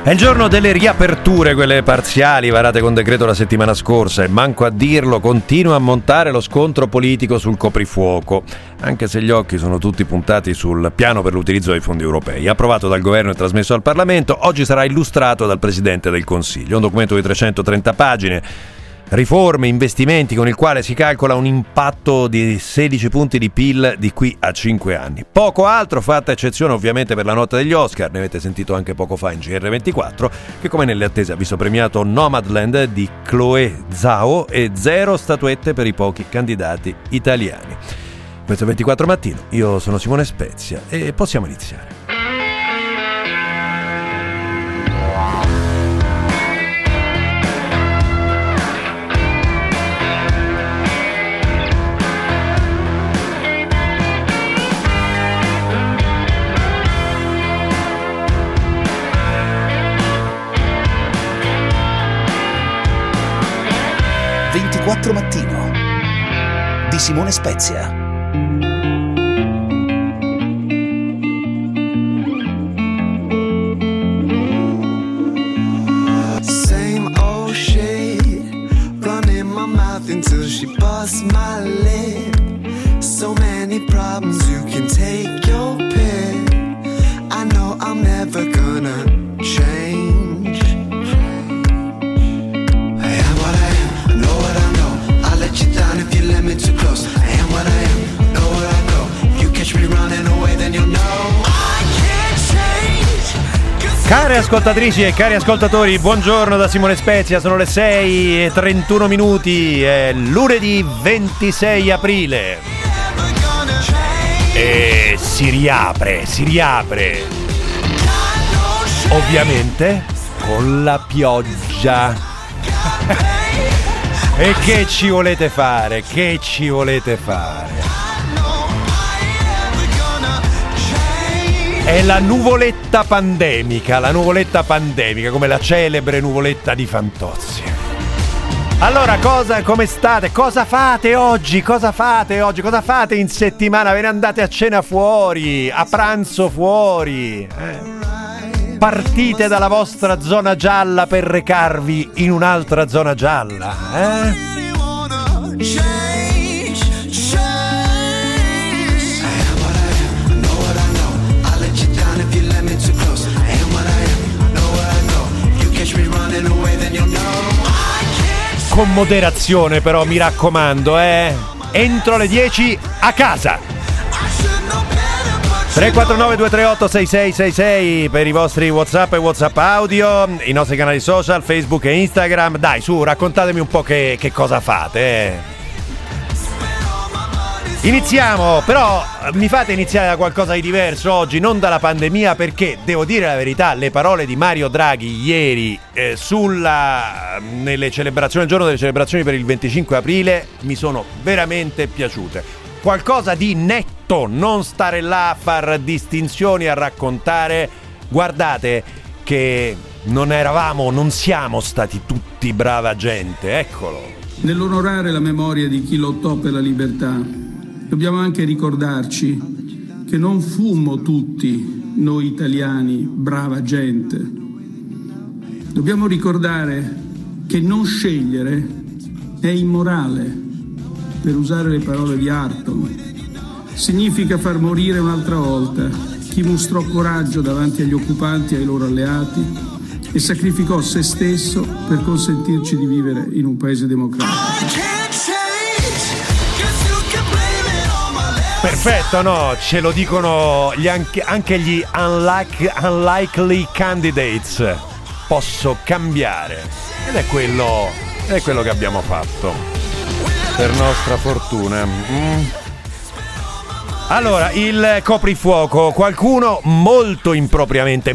È il giorno delle riaperture, quelle parziali varate con decreto la settimana scorsa, e manco a dirlo continua a montare lo scontro politico sul coprifuoco, anche se gli occhi sono tutti puntati sul piano per l'utilizzo dei fondi europei. Approvato dal governo e trasmesso al Parlamento, oggi sarà illustrato dal Presidente del Consiglio. Un documento di 330 pagine, riforme, investimenti, con il quale si calcola un impatto di 16 punti di PIL di qui a 5 anni. Poco altro, fatta eccezione ovviamente per la notte degli Oscar, ne avete sentito anche poco fa in GR24, che come nelle attese ha visto premiato Nomadland di Chloé Zhao e 0 statuette per i pochi candidati italiani. Questo è 24 mattino, io sono Simone Spezia e possiamo iniziare. Mattino di Simone Spezia. Same old shit, running my mouth until she busts my lid. So many problems, you can take your pick. I know I'm never gonna change. If you let me too close, I am what I am, know where I go. If you catch me running away, then you'll know I can't change. Care ascoltatrici e cari ascoltatori, buongiorno da Simone Spezia, sono le 6:31, è lunedì 26 aprile e si riapre, ovviamente con la pioggia. E che ci volete fare? È la nuvoletta pandemica, come la celebre nuvoletta di Fantozzi. Allora, come state? Cosa fate oggi? Cosa fate in settimana? Ve ne andate a cena fuori, a pranzo fuori? Partite dalla vostra zona gialla per recarvi in un'altra zona gialla, Con moderazione però, mi raccomando, entro le 10 a casa. 349 238 6666 per i vostri WhatsApp e WhatsApp audio, i nostri canali social, Facebook e Instagram. Dai, su, raccontatemi un po' che cosa fate. Iniziamo, però mi fate iniziare da qualcosa di diverso oggi, non dalla pandemia, perché devo dire la verità, le parole di Mario Draghi ieri nelle celebrazioni, il giorno delle celebrazioni per il 25 aprile, mi sono veramente piaciute. Qualcosa di netto, non stare là a far distinzioni, a raccontare. Guardate che non siamo stati tutti brava gente, eccolo. Nell'onorare la memoria di chi lottò per la libertà, dobbiamo anche ricordarci che non fummo tutti noi italiani brava gente. Dobbiamo ricordare che non scegliere è immorale. Per usare le parole di Harton, significa far morire un'altra volta chi mostrò coraggio davanti agli occupanti e ai loro alleati e sacrificò se stesso per consentirci di vivere in un paese democratico. Perfetto, no? Ce lo dicono anche gli unlikely candidates. Posso cambiare. Ed è quello che abbiamo fatto. Per nostra fortuna. Allora, il coprifuoco, qualcuno molto impropriamente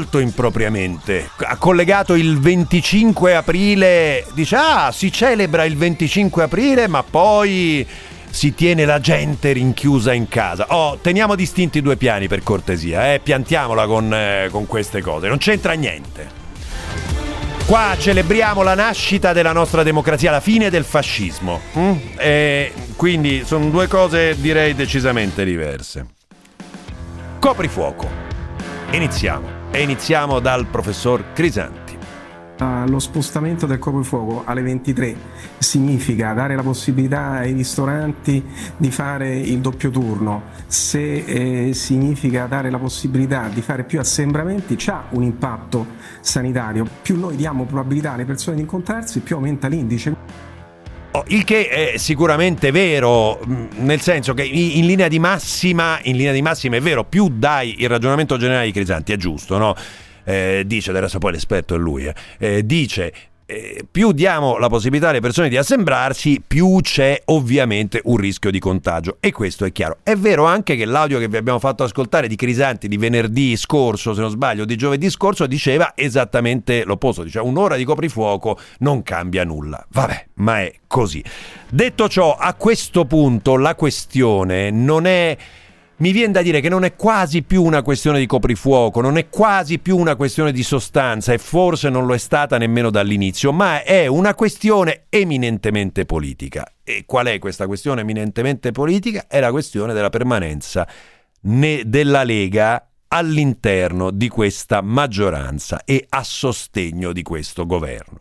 ha collegato il 25 aprile, dice si celebra il 25 aprile ma poi si tiene la gente rinchiusa in casa. Teniamo distinti due piani, per cortesia, piantiamola con queste cose, non c'entra niente. Qua celebriamo la nascita della nostra democrazia, la fine del fascismo. Quindi sono due cose, direi, decisamente diverse. Coprifuoco. Iniziamo. e iniziamo dal professor Crisanti. Lo spostamento del coprifuoco alle 23 significa dare la possibilità ai ristoranti di fare il doppio turno. Se significa dare la possibilità di fare più assembramenti, c'ha un impatto sanitario. Più noi diamo probabilità alle persone di incontrarsi, più aumenta l'indice. Il che è sicuramente vero, nel senso che in linea di massima è vero, più dai il ragionamento generale di Crisanti, è giusto, no? Dice, adesso poi l'esperto è lui, dice più diamo la possibilità alle persone di assembrarsi, più c'è ovviamente un rischio di contagio, e questo è chiaro. È vero anche che l'audio che vi abbiamo fatto ascoltare di Crisanti di venerdì scorso, se non sbaglio, di giovedì scorso, diceva esattamente l'opposto, diceva un'ora di coprifuoco non cambia nulla. Vabbè, ma è così. Detto ciò, a questo punto la questione non è... Mi viene da dire che non è quasi più una questione di coprifuoco, non è quasi più una questione di sostanza, e forse non lo è stata nemmeno dall'inizio, ma è una questione eminentemente politica. E qual è questa questione eminentemente politica? È la questione della permanenza della Lega all'interno di questa maggioranza e a sostegno di questo governo.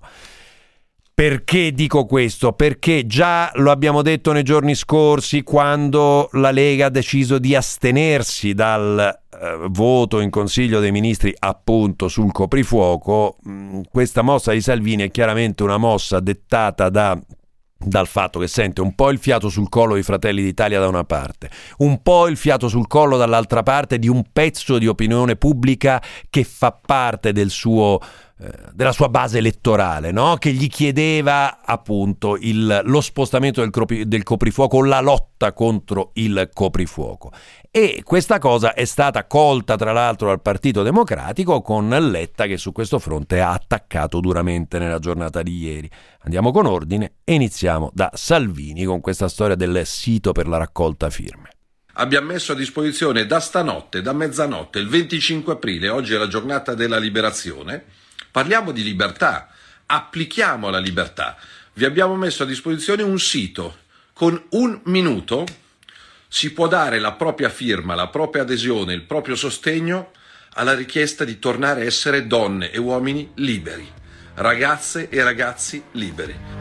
Perché dico questo? Perché già lo abbiamo detto nei giorni scorsi, quando la Lega ha deciso di astenersi dal voto in Consiglio dei Ministri appunto sul coprifuoco. Questa mossa di Salvini è chiaramente una mossa dettata dal fatto che sente un po' il fiato sul collo di Fratelli d'Italia da una parte, un po' il fiato sul collo dall'altra parte di un pezzo di opinione pubblica che fa parte della sua base elettorale, no? Che gli chiedeva appunto lo spostamento del coprifuoco, la lotta contro il coprifuoco. E questa cosa è stata colta tra l'altro dal Partito Democratico, con Letta che su questo fronte ha attaccato duramente nella giornata di ieri. Andiamo con ordine e iniziamo da Salvini con questa storia del sito per la raccolta firme. Abbiamo messo a disposizione da stanotte, da mezzanotte, il 25 aprile, oggi è la giornata della liberazione. Parliamo di libertà, applichiamo la libertà. Vi abbiamo messo a disposizione un sito. Con un minuto si può dare la propria firma, la propria adesione, il proprio sostegno alla richiesta di tornare a essere donne e uomini liberi, ragazze e ragazzi liberi.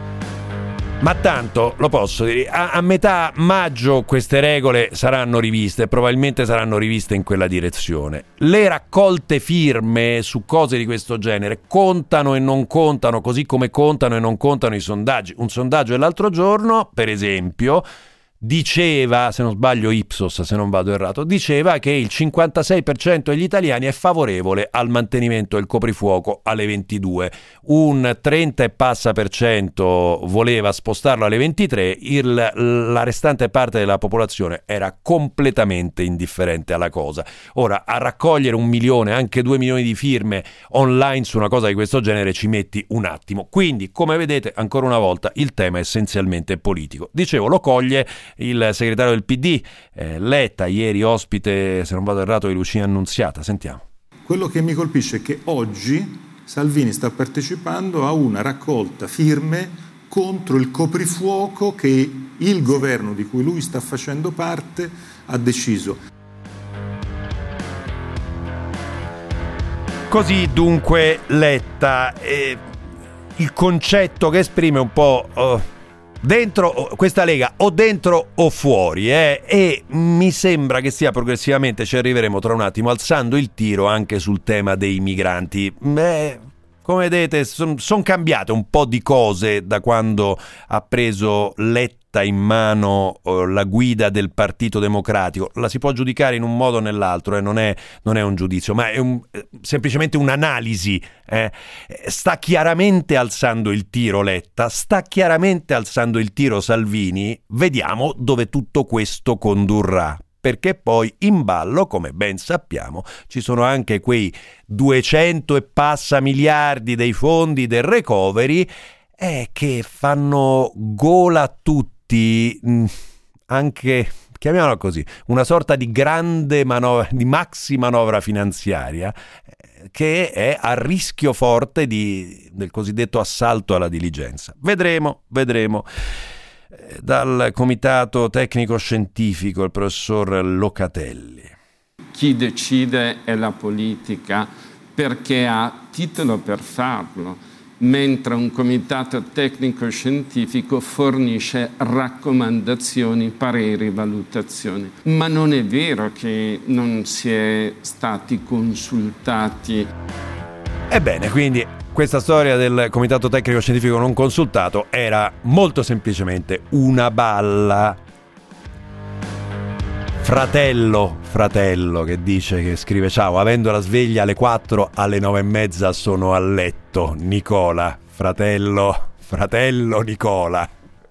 Ma tanto, lo posso dire, a metà maggio queste regole saranno riviste, probabilmente saranno riviste in quella direzione. Le raccolte firme su cose di questo genere contano e non contano, così come contano e non contano i sondaggi. Un sondaggio dell'altro giorno, per esempio, diceva, se non sbaglio Ipsos, se non vado errato, diceva che il 56% degli italiani è favorevole al mantenimento del coprifuoco alle 22, un 30 e passa per cento voleva spostarlo alle 23, la restante parte della popolazione era completamente indifferente alla cosa. Ora, a raccogliere 1 milione, anche 2 milioni di firme online su una cosa di questo genere ci metti un attimo. Quindi, come vedete, ancora una volta il tema è essenzialmente politico. Dicevo, lo coglie il segretario del PD, Letta, ieri ospite, se non vado errato, di Lucia Annunziata. Sentiamo. Quello che mi colpisce è che oggi Salvini sta partecipando a una raccolta firme contro il coprifuoco che il governo di cui lui sta facendo parte ha deciso. Così dunque Letta, il concetto che esprime un po'... dentro questa Lega, o dentro o fuori, e mi sembra che stia progressivamente, ci arriveremo tra un attimo, alzando il tiro anche sul tema dei migranti. Come vedete sono cambiate un po' di cose da quando ha preso Letta in mano la guida del Partito Democratico. La si può giudicare in un modo o nell'altro, non è un giudizio, ma è semplicemente un'analisi. Sta chiaramente alzando il tiro Letta, sta chiaramente alzando il tiro Salvini. Vediamo dove tutto questo condurrà, perché poi in ballo, come ben sappiamo, ci sono anche quei 200 e passa miliardi dei fondi del recovery che fanno gola a tutti, anche, chiamiamola così, una sorta di grande manovra, di maxi manovra finanziaria, che è a rischio forte del cosiddetto assalto alla diligenza. Vedremo. Dal Comitato Tecnico Scientifico, il professor Locatelli. Chi decide è la politica, perché ha titolo per farlo, mentre un comitato tecnico-scientifico fornisce raccomandazioni, pareri, valutazioni. Ma non è vero che non si è stati consultati. Ebbene, quindi questa storia del comitato tecnico-scientifico non consultato era molto semplicemente una balla. Fratello che dice, che scrive: ciao, avendo la sveglia alle 4, alle 9:30 sono a letto. Nicola, fratello Nicola.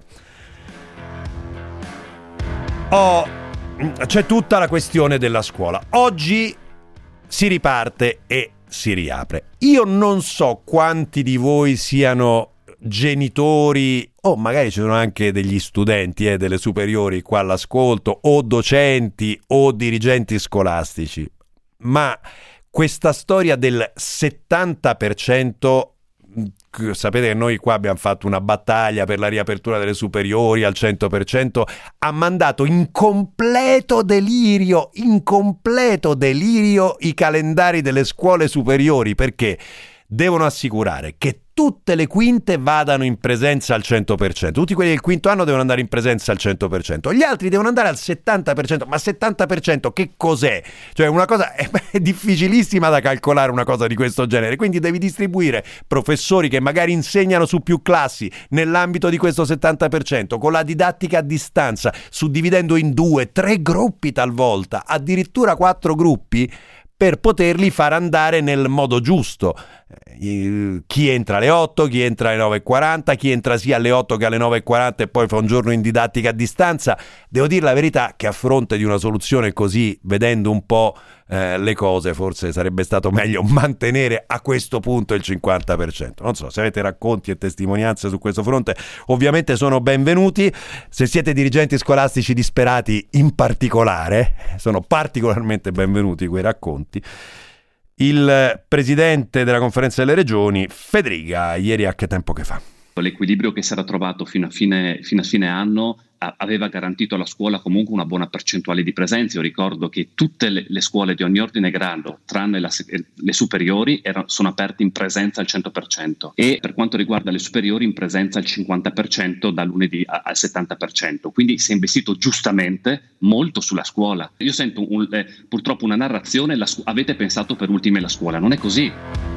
C'è tutta la questione della scuola. Oggi si riparte e si riapre. Io non so quanti di voi siano genitori, o magari ci sono anche degli studenti delle superiori qua all'ascolto, o docenti o dirigenti scolastici, ma questa storia del 70%, sapete che noi qua abbiamo fatto una battaglia per la riapertura delle superiori al 100%, ha mandato in completo delirio i calendari delle scuole superiori, perché devono assicurare che tutte le quinte vadano in presenza al 100%. Tutti quelli del quinto anno devono andare in presenza al 100%. Gli altri devono andare al 70%. Ma 70% che cos'è? Cioè una cosa è difficilissima da calcolare, una cosa di questo genere. Quindi devi distribuire professori che magari insegnano su più classi nell'ambito di questo 70%, con la didattica a distanza, suddividendo in 2-3 gruppi talvolta, addirittura 4 gruppi, per poterli far andare nel modo giusto. Chi entra alle 8, chi entra alle 9:40, chi entra sia alle 8 che alle 9:40 e poi fa un giorno in didattica a distanza. Devo dire la verità che a fronte di una soluzione così, vedendo un po' le cose, forse sarebbe stato meglio mantenere a questo punto il 50%. Non so, se avete racconti e testimonianze su questo fronte, ovviamente sono benvenuti. Se siete dirigenti scolastici disperati in particolare, sono particolarmente benvenuti quei racconti. Il presidente della Conferenza delle Regioni, Fedriga, ieri a Che tempo che fa? L'equilibrio che si era trovato fino a fine anno aveva garantito alla scuola comunque una buona percentuale di presenza. Io ricordo che tutte le scuole di ogni ordine e grado, tranne le superiori, sono aperte in presenza al 100%, e per quanto riguarda le superiori in presenza al 50%, da lunedì al 70%. Quindi si è investito giustamente molto sulla scuola. Io sento purtroppo una narrazione: avete pensato per ultime la scuola. Non è così.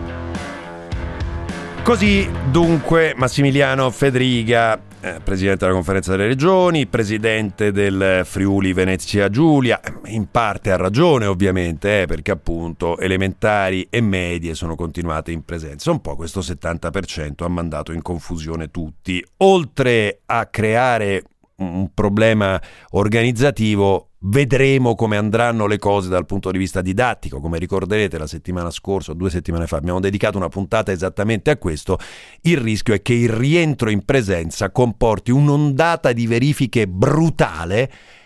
Così dunque Massimiliano Fedriga, presidente della Conferenza delle Regioni, presidente del Friuli Venezia Giulia. In parte ha ragione ovviamente, perché appunto elementari e medie sono continuate in presenza. Un po' questo 70% ha mandato in confusione tutti, oltre a creare un problema organizzativo. Vedremo come andranno le cose dal punto di vista didattico. Come ricorderete, la settimana scorsa o 2 settimane fa abbiamo dedicato una puntata esattamente a questo. Il rischio è che il rientro in presenza comporti un'ondata di verifiche brutale,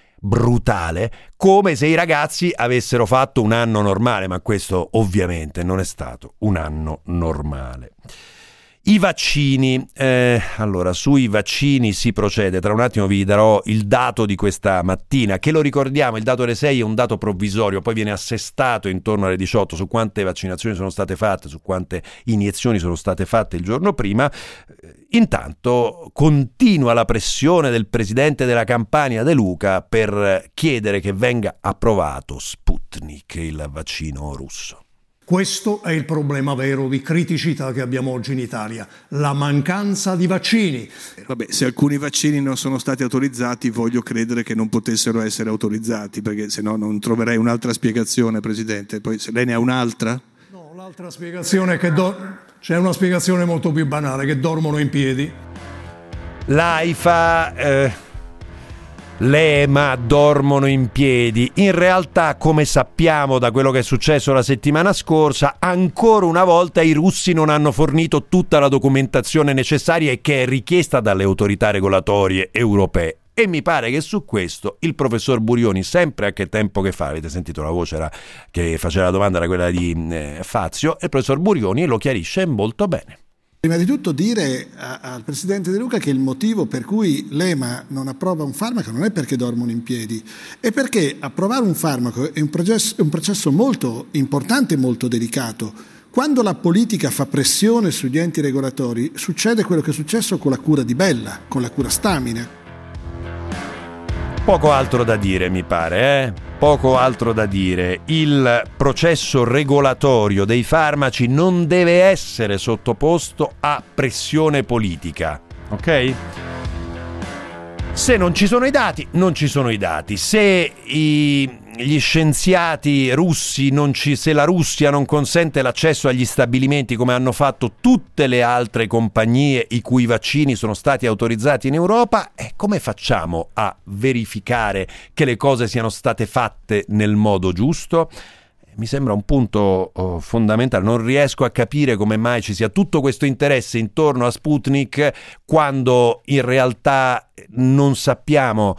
come se i ragazzi avessero fatto un anno normale, ma questo ovviamente non è stato un anno normale. I vaccini, allora sui vaccini si procede, tra un attimo vi darò il dato di questa mattina, che lo ricordiamo, il dato alle 6 è un dato provvisorio, poi viene assestato intorno alle 18 su quante vaccinazioni sono state fatte, su quante iniezioni sono state fatte il giorno prima. Intanto continua la pressione del presidente della Campania De Luca per chiedere che venga approvato Sputnik, il vaccino russo. Questo è il problema vero di criticità che abbiamo oggi in Italia, la mancanza di vaccini. Vabbè, se alcuni vaccini non sono stati autorizzati, voglio credere che non potessero essere autorizzati, perché se no non troverei un'altra spiegazione, Presidente. Poi se lei ne ha un'altra? No, l'altra spiegazione è che c'è una spiegazione molto più banale, che dormono in piedi. L'AIFA... l'EMA dormono in piedi. In realtà, come sappiamo da quello che è successo la settimana scorsa, ancora una volta i russi non hanno fornito tutta la documentazione necessaria e che è richiesta dalle autorità regolatorie europee. E mi pare che su questo il professor Burioni, sempre a Che tempo che fa, avete sentito la voce che faceva la domanda, era quella di Fazio, e il professor Burioni lo chiarisce molto bene. Prima di tutto dire al Presidente De Luca che il motivo per cui l'EMA non approva un farmaco non è perché dormono in piedi, è perché approvare un farmaco è un processo molto importante e molto delicato. Quando la politica fa pressione sugli enti regolatori, succede quello che è successo con la cura di Bella, con la cura Stamina. Poco altro da dire, mi pare, Poco altro da dire. Il processo regolatorio dei farmaci non deve essere sottoposto a pressione politica, ok? Se non ci sono i dati, non ci sono i dati. Se gli scienziati russi se la Russia non consente l'accesso agli stabilimenti come hanno fatto tutte le altre compagnie i cui vaccini sono stati autorizzati in Europa, come facciamo a verificare che le cose siano state fatte nel modo giusto? Mi sembra un punto fondamentale. Non riesco a capire come mai ci sia tutto questo interesse intorno a Sputnik quando in realtà non sappiamo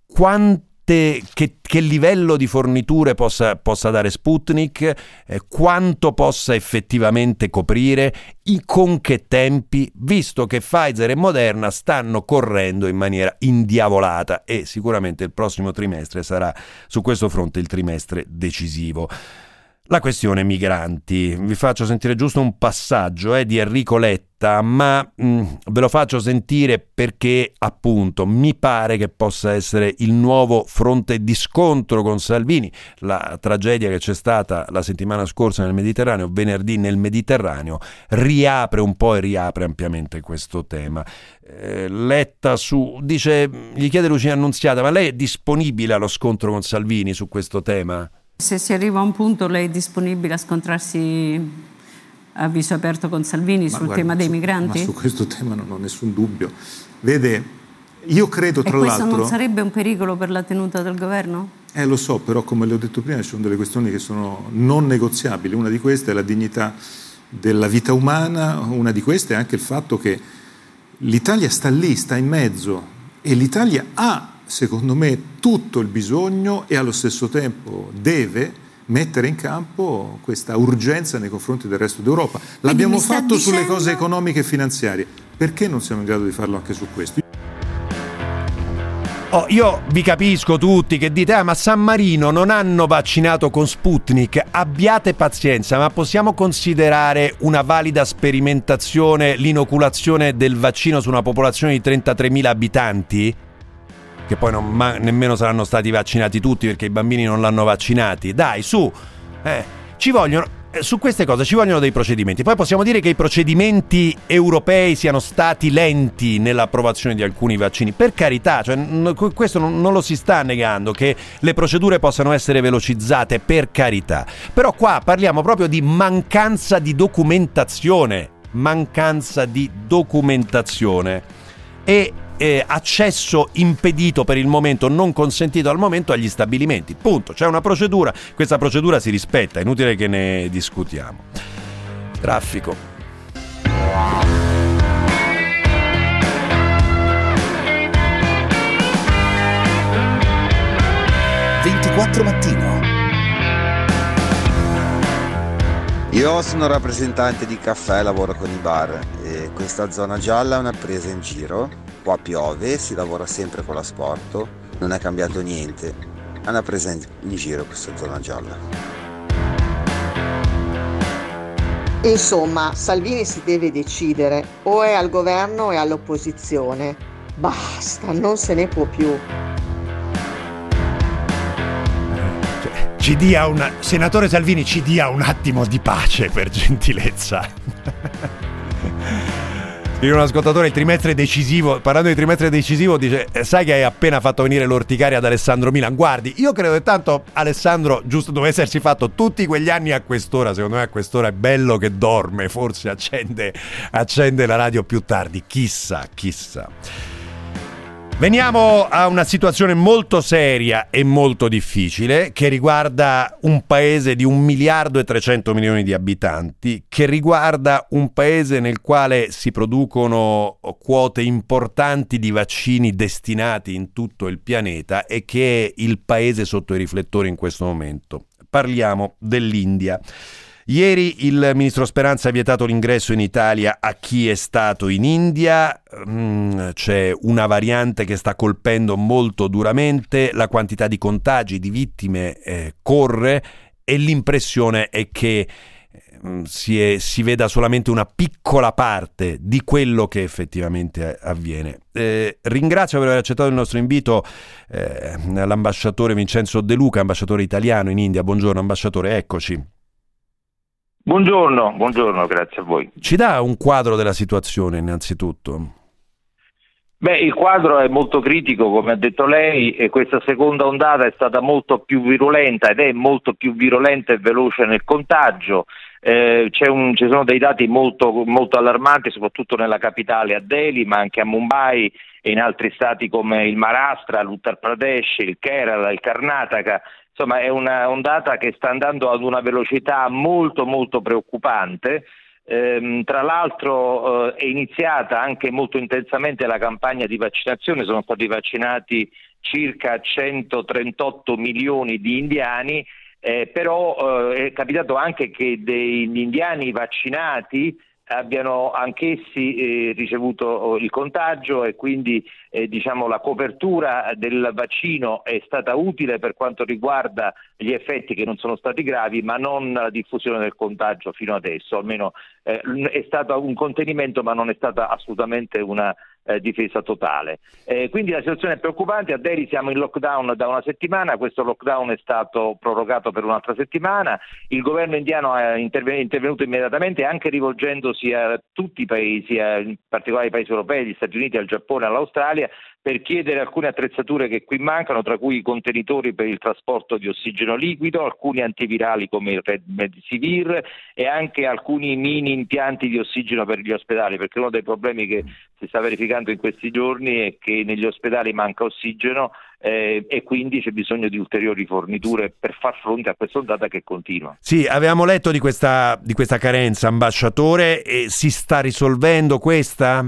che livello di forniture possa dare Sputnik, quanto possa effettivamente coprire, con che tempi, visto che Pfizer e Moderna stanno correndo in maniera indiavolata e sicuramente il prossimo trimestre sarà su questo fronte il trimestre decisivo. La questione migranti. Vi faccio sentire giusto un passaggio di Enrico Letta, ma ve lo faccio sentire perché appunto mi pare che possa essere il nuovo fronte di scontro con Salvini. La tragedia che c'è stata la settimana scorsa nel Mediterraneo, venerdì nel Mediterraneo, riapre un po' e riapre ampiamente questo tema. Letta gli chiede Lucia Annunziata, ma lei è disponibile allo scontro con Salvini su questo tema? Se si arriva a un punto, lei è disponibile a scontrarsi a viso aperto con Salvini tema dei migranti? Ma su questo tema non ho nessun dubbio. Vede, io credo tra l'altro... E questo non sarebbe un pericolo per la tenuta del governo? Lo so, però come le ho detto prima ci sono delle questioni che sono non negoziabili. Una di queste è la dignità della vita umana, una di queste è anche il fatto che l'Italia sta lì, sta in mezzo, e l'Italia ha, secondo me, tutto il bisogno e allo stesso tempo deve mettere in campo questa urgenza nei confronti del resto d'Europa. L'abbiamo fatto sulle cose economiche e finanziarie, perché non siamo in grado di farlo anche su questo? Io vi capisco tutti che dite ma San Marino non hanno vaccinato con Sputnik. Abbiate pazienza, ma possiamo considerare una valida sperimentazione l'inoculazione del vaccino su una popolazione di 33.000 abitanti? Che poi nemmeno saranno stati vaccinati tutti perché i bambini non l'hanno vaccinati. Dai, su, ci vogliono, su queste cose ci vogliono dei procedimenti. Poi possiamo dire che i procedimenti europei siano stati lenti nell'approvazione di alcuni vaccini, per carità, cioè, questo non lo si sta negando, che le procedure possano essere velocizzate, per carità. Però qua parliamo proprio di mancanza di documentazione e accesso impedito per il momento, non consentito al momento agli stabilimenti, punto. C'è una procedura, questa procedura si rispetta, è inutile che ne discutiamo. Traffico. Mattino. Io sono rappresentante di caffè, lavoro con i bar e questa zona gialla è una presa in giro. Qua piove, si lavora sempre con l'asporto, non è cambiato niente. È una presa in giro questa zona gialla. Insomma, Salvini si deve decidere, o è al governo o è all'opposizione. Basta, non se ne può più. Senatore Salvini, ci dia un attimo di pace, per gentilezza. Un ascoltatore, il trimestre decisivo, parlando di trimestre decisivo, dice: sai che hai appena fatto venire l'orticaria ad Alessandro Milan? Guardi, io credo che tanto Alessandro giusto doveva essersi fatto tutti quegli anni a quest'ora. Secondo me a quest'ora è bello che dorme, forse accende la radio più tardi, chissà. Veniamo a una situazione molto seria e molto difficile che riguarda un paese di 1.300 milioni di abitanti, che riguarda un paese nel quale si producono quote importanti di vaccini destinati in tutto il pianeta e che è il paese sotto i riflettori in questo momento. Parliamo dell'India. Ieri il ministro Speranza ha vietato l'ingresso in Italia a chi è stato in India. C'è una variante che sta colpendo molto duramente, la quantità di contagi, di vittime corre e l'impressione è che si veda solamente una piccola parte di quello che effettivamente avviene. Ringrazio per aver accettato il nostro invito l'ambasciatore Vincenzo De Luca, ambasciatore italiano in India. Buongiorno ambasciatore, eccoci. Buongiorno, grazie a voi. Ci dà un quadro della situazione innanzitutto? Beh, il quadro è molto critico, come ha detto lei, e questa seconda ondata è stata molto più virulenta ed è molto più virulenta e veloce nel contagio. Ci sono dei dati molto, molto allarmanti, soprattutto nella capitale a Delhi, ma anche a Mumbai e in altri stati come il Maharashtra, l'Uttar Pradesh, il Kerala, il Karnataka. Insomma, è una ondata che sta andando ad una velocità molto, molto preoccupante. Tra l'altro è iniziata anche molto intensamente la campagna di vaccinazione, sono stati vaccinati circa 138 milioni di indiani, però è capitato anche che degli indiani vaccinati abbiano anch'essi ricevuto il contagio e quindi la copertura del vaccino è stata utile per quanto riguarda gli effetti che non sono stati gravi, ma non la diffusione del contagio fino adesso, almeno è stato un contenimento, ma non è stata assolutamente una difesa totale. Quindi la situazione è preoccupante. A Delhi siamo in lockdown da una settimana, questo lockdown è stato prorogato per un'altra settimana, il governo indiano è intervenuto immediatamente anche rivolgendosi a tutti i paesi, in particolare ai paesi europei, agli Stati Uniti, al Giappone, all'Australia, per chiedere alcune attrezzature che qui mancano, tra cui i contenitori per il trasporto di ossigeno liquido, alcuni antivirali come il Remdesivir e anche alcuni mini impianti di ossigeno per gli ospedali, perché uno dei problemi che si sta verificando in questi giorni è che negli ospedali manca ossigeno e quindi c'è bisogno di ulteriori forniture per far fronte a questa ondata che continua. Sì, avevamo letto di questa carenza, ambasciatore, e si sta risolvendo questa?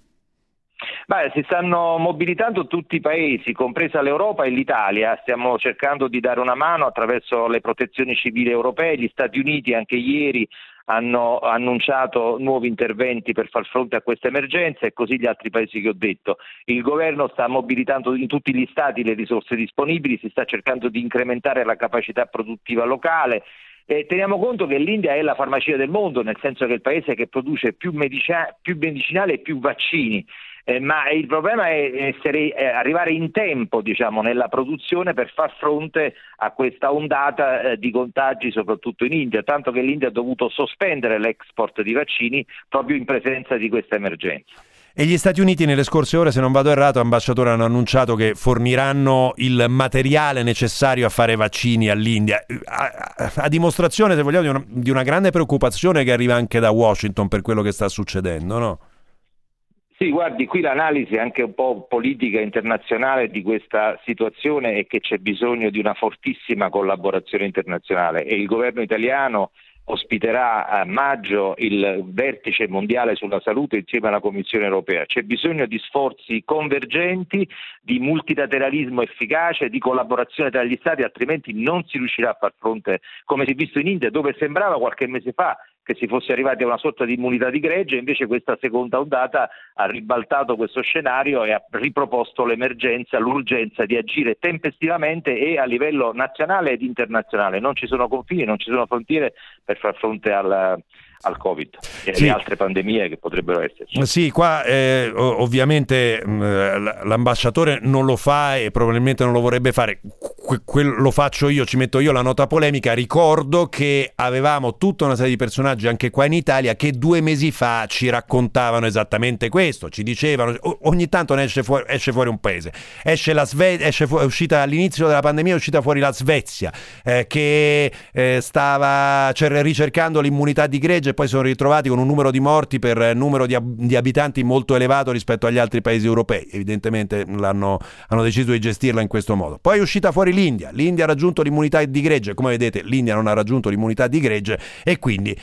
Si stanno mobilitando tutti i paesi, compresa l'Europa e l'Italia. Stiamo cercando di dare una mano attraverso le protezioni civili europee. Gli Stati Uniti anche ieri hanno annunciato nuovi interventi per far fronte a questa emergenza e così gli altri paesi che ho detto. Il governo sta mobilitando in tutti gli stati le risorse disponibili, si sta cercando di incrementare la capacità produttiva locale. Teniamo conto che l'India è la farmacia del mondo, nel senso che è il paese che produce più medicinali e più vaccini. Ma il problema è arrivare in tempo, nella produzione per far fronte a questa ondata di contagi, soprattutto in India, tanto che l'India ha dovuto sospendere l'export di vaccini proprio in presenza di questa emergenza. E gli Stati Uniti nelle scorse ore, se non vado errato, ambasciatore, hanno annunciato che forniranno il materiale necessario a fare vaccini all'India, a dimostrazione, se vogliamo, di una grande preoccupazione che arriva anche da Washington per quello che sta succedendo, no? Sì, guardi, qui l'analisi anche un po' politica internazionale di questa situazione è che c'è bisogno di una fortissima collaborazione internazionale e il governo italiano ospiterà a maggio il vertice mondiale sulla salute insieme alla Commissione europea. C'è bisogno di sforzi convergenti, di multilateralismo efficace, di collaborazione tra gli stati, altrimenti non si riuscirà a far fronte, come si è visto in India, dove sembrava qualche mese fa che si fosse arrivati a una sorta di immunità di gregge, invece questa seconda ondata ha ribaltato questo scenario e ha riproposto l'urgenza di agire tempestivamente e a livello nazionale ed internazionale. Non ci sono confini, non ci sono frontiere per far fronte al Covid e alle altre pandemie che potrebbero esserci. Sì, qua ovviamente l'ambasciatore non lo fa e probabilmente non lo vorrebbe fare. Lo faccio io, ci metto io la nota polemica. Ricordo che avevamo tutta una serie di personaggi anche qua in Italia che 2 mesi fa ci raccontavano esattamente questo, ci dicevano ogni tanto esce fuori un paese, è uscita all'inizio della pandemia, è uscita fuori la Svezia che stava ricercando l'immunità di gregge e poi sono ritrovati con un numero di morti per numero di abitanti molto elevato rispetto agli altri paesi europei. Evidentemente hanno deciso di gestirla in questo modo. Poi è uscita fuori l'India ha raggiunto l'immunità di gregge, come vedete l'India non ha raggiunto l'immunità di gregge e quindi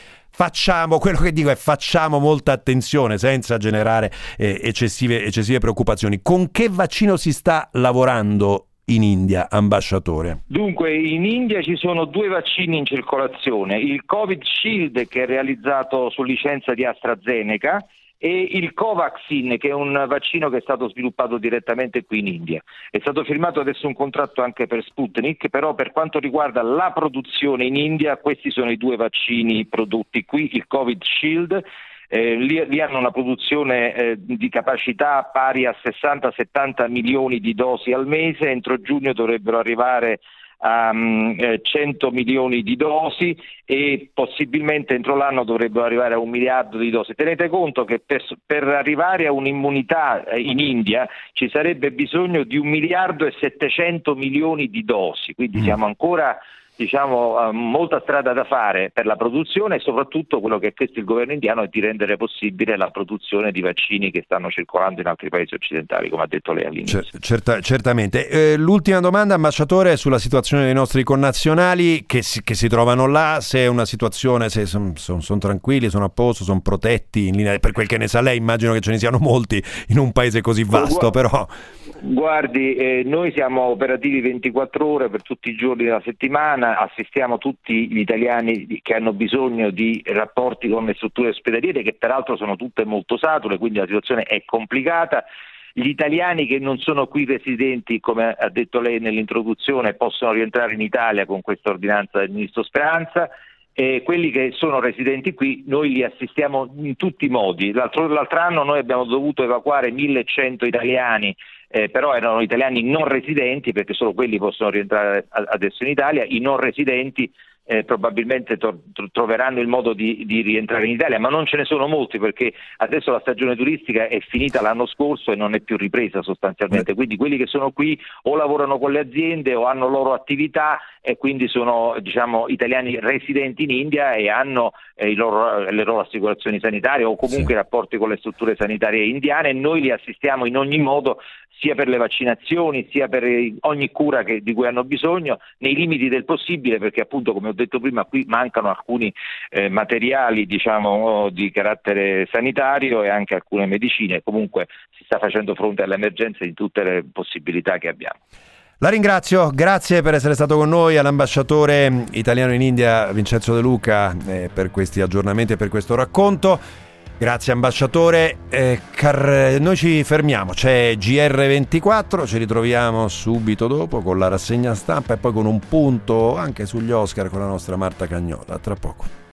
facciamo molta attenzione senza generare eccessive preoccupazioni. Con che vaccino si sta lavorando in India, ambasciatore? Dunque, in India ci sono 2 vaccini in circolazione, il Covid Shield che è realizzato su licenza di AstraZeneca e il Covaxin, che è un vaccino che è stato sviluppato direttamente qui in India. È stato firmato adesso un contratto anche per Sputnik, però per quanto riguarda la produzione in India, questi sono i 2 vaccini prodotti qui, il Covid Shield. Lì hanno una produzione di capacità pari a 60-70 milioni di dosi al mese, entro giugno dovrebbero arrivare a 100 milioni di dosi e possibilmente entro l'anno dovrebbero arrivare a 1 miliardo di dosi. Tenete conto che per arrivare a un'immunità in India ci sarebbe bisogno di 1 miliardo e 700 milioni di dosi, quindi siamo ancora molta strada da fare per la produzione e soprattutto quello che ha chiesto il governo indiano è di rendere possibile la produzione di vaccini che stanno circolando in altri paesi occidentali, come ha detto lei all'inizio. Certamente. L'ultima domanda, ambasciatore, è sulla situazione dei nostri connazionali che si trovano là, se è una situazione, se sono tranquilli, sono a posto, sono protetti, in linea, per quel che ne sa lei, immagino che ce ne siano molti in un paese così vasto, però... Guardi, noi siamo operativi 24 ore per tutti i giorni della settimana, assistiamo tutti gli italiani che hanno bisogno di rapporti con le strutture ospedaliere, che peraltro sono tutte molto sature, quindi la situazione è complicata. Gli italiani che non sono qui residenti, come ha detto lei nell'introduzione, possono rientrare in Italia con questa ordinanza del ministro Speranza. E quelli che sono residenti qui noi li assistiamo in tutti i modi. L'altro anno noi abbiamo dovuto evacuare 1100 italiani, però erano italiani non residenti, perché solo quelli possono rientrare adesso in Italia. I non residenti probabilmente troveranno il modo di rientrare in Italia, ma non ce ne sono molti, perché adesso la stagione turistica è finita l'anno scorso e non è più ripresa sostanzialmente, quindi quelli che sono qui o lavorano con le aziende o hanno loro attività e quindi sono italiani residenti in India e hanno le loro assicurazioni sanitarie o comunque rapporti con le strutture sanitarie indiane, e noi li assistiamo in ogni modo, sia per le vaccinazioni sia per ogni cura di cui hanno bisogno, nei limiti del possibile, perché appunto, come ho detto prima, qui mancano alcuni materiali di carattere sanitario e anche alcune medicine. Comunque si sta facendo fronte alle emergenze in tutte le possibilità che abbiamo. La ringrazio, grazie per essere stato con noi, all'ambasciatore italiano in India Vincenzo De Luca, per questi aggiornamenti e per questo racconto. Grazie ambasciatore. Noi ci fermiamo, c'è GR24, ci ritroviamo subito dopo con la rassegna stampa e poi con un punto anche sugli Oscar con la nostra Marta Cagnola. A tra poco.